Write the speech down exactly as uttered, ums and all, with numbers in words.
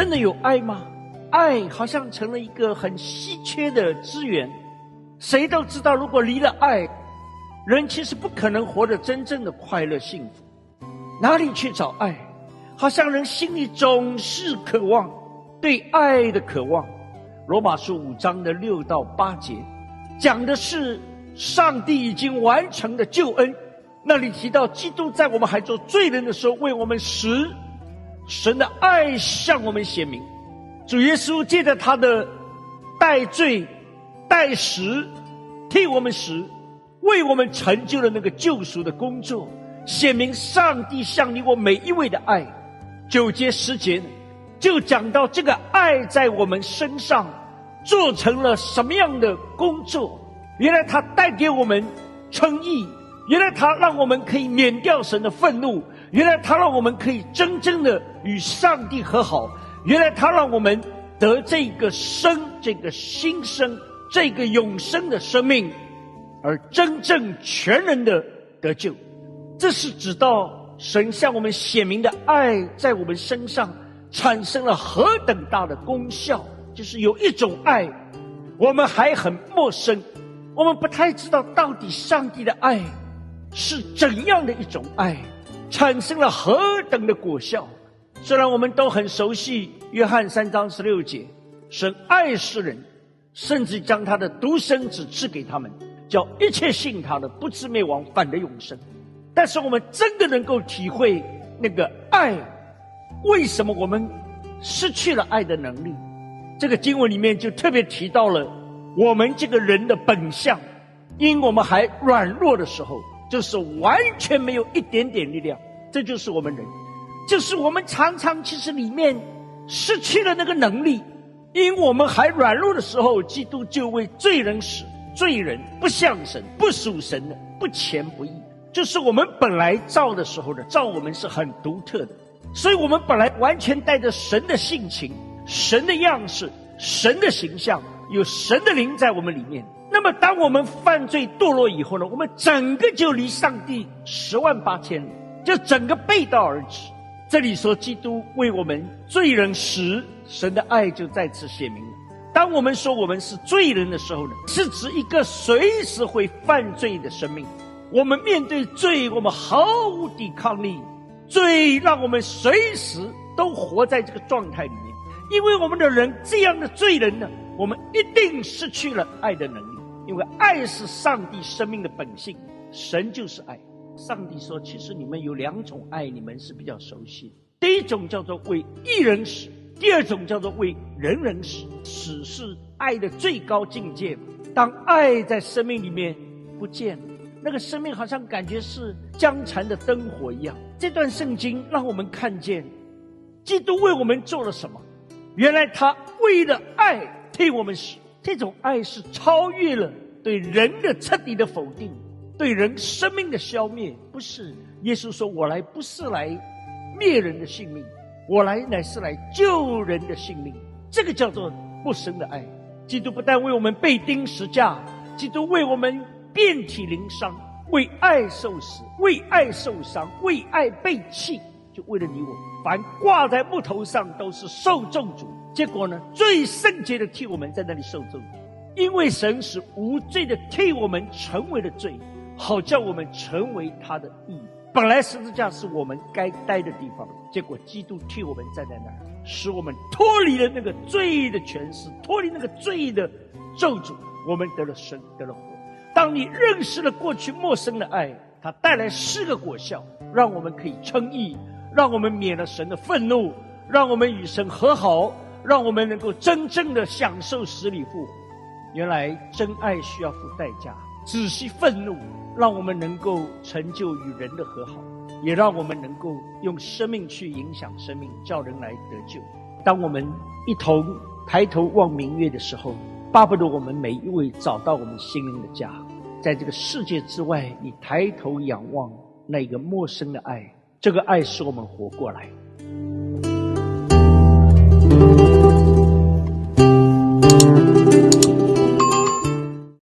真的有爱吗？爱好像成了一个很稀缺的资源。谁都知道，如果离了爱，人其实不可能活得真正的快乐幸福。哪里去找爱？好像人心里总是渴望对爱的渴望。罗马书五章的六到八节讲的是上帝已经完成的救恩。那里提到基督在我们还做罪人的时候为我们死，神的爱向我们显明。主耶稣借着他的代罪代死，替我们死，为我们成就了那个救赎的工作，显明上帝向你我每一位的爱。九节十节就讲到这个爱在我们身上做成了什么样的工作。原来他带给我们称义，原来他让我们可以免掉神的愤怒，原来他让我们可以真正的与上帝和好，原来他让我们得这个生，这个新生，这个永生的生命，而真正全人的得救。这是指到神向我们显明的爱在我们身上产生了何等大的功效。就是有一种爱我们还很陌生，我们不太知道到底上帝的爱是怎样的一种爱，产生了何等的果效。虽然我们都很熟悉约翰三章十六节，神爱世人，甚至将他的独生子赐给他们，叫一切信他的不至灭亡，反得永生。但是我们真的能够体会那个爱，为什么我们失去了爱的能力？这个经文里面就特别提到了我们这个人的本相，因我们还软弱的时候，就是完全没有一点点力量。这就是我们人，就是我们常常其实里面失去了那个能力。因我们还软弱的时候，基督就为罪人死，罪人不像神，不属神的，不虔不义。就是我们本来造的时候呢，造我们是很独特的，所以我们本来完全带着神的性情，神的样式，神的形象，有神的灵在我们里面。那么当我们犯罪堕落以后呢，我们整个就离上帝十万八千里，就整个背道而驰。这里说基督为我们罪人死，神的爱就在此显明了。当我们说我们是罪人的时候呢，是指一个随时会犯罪的生命。我们面对罪，我们毫无抵抗力，罪让我们随时都活在这个状态里面。因为我们的人这样的罪人呢，我们一定失去了爱的能力。因为爱是上帝生命的本性，神就是爱。上帝说其实你们有两种爱，你们是比较熟悉。第一种叫做为一人死，第二种叫做为人人死。死是爱的最高境界。当爱在生命里面不见了，那个生命好像感觉是僵残的灯火一样。这段圣经让我们看见基督为我们做了什么。原来他为了爱替我们死，这种爱是超越了对人的彻底的否定，对人生命的消灭。不是，耶稣说我来不是来灭人的性命，我来乃是来救人的性命。这个叫做不生的爱。基督不但为我们被钉十架，基督为我们遍体鳞伤，为爱受死，为爱受伤，为爱被弃，就为了你我。凡挂在木头上都是受咒诅。结果呢，最圣洁的替我们在那里受咒诅。因为神是无罪的替我们成为了罪，好叫我们成为他的义。本来十字架是我们该待的地方，结果基督替我们站在那儿，使我们脱离了那个罪的权势，脱离那个罪的咒诅，我们得了生，得了活。当你认识了过去陌生的爱，它带来四个果效，让我们可以称义，让我们免了神的愤怒，让我们与神和好，让我们能够真正的享受死里复活。原来真爱需要付代价，止息愤怒，让我们能够成就与人的和好，也让我们能够用生命去影响生命，叫人来得救。当我们一同抬头望明月的时候，巴不得我们每一位找到我们心灵的家。在这个世界之外，你抬头仰望那个陌生的爱，这个爱使我们活过来。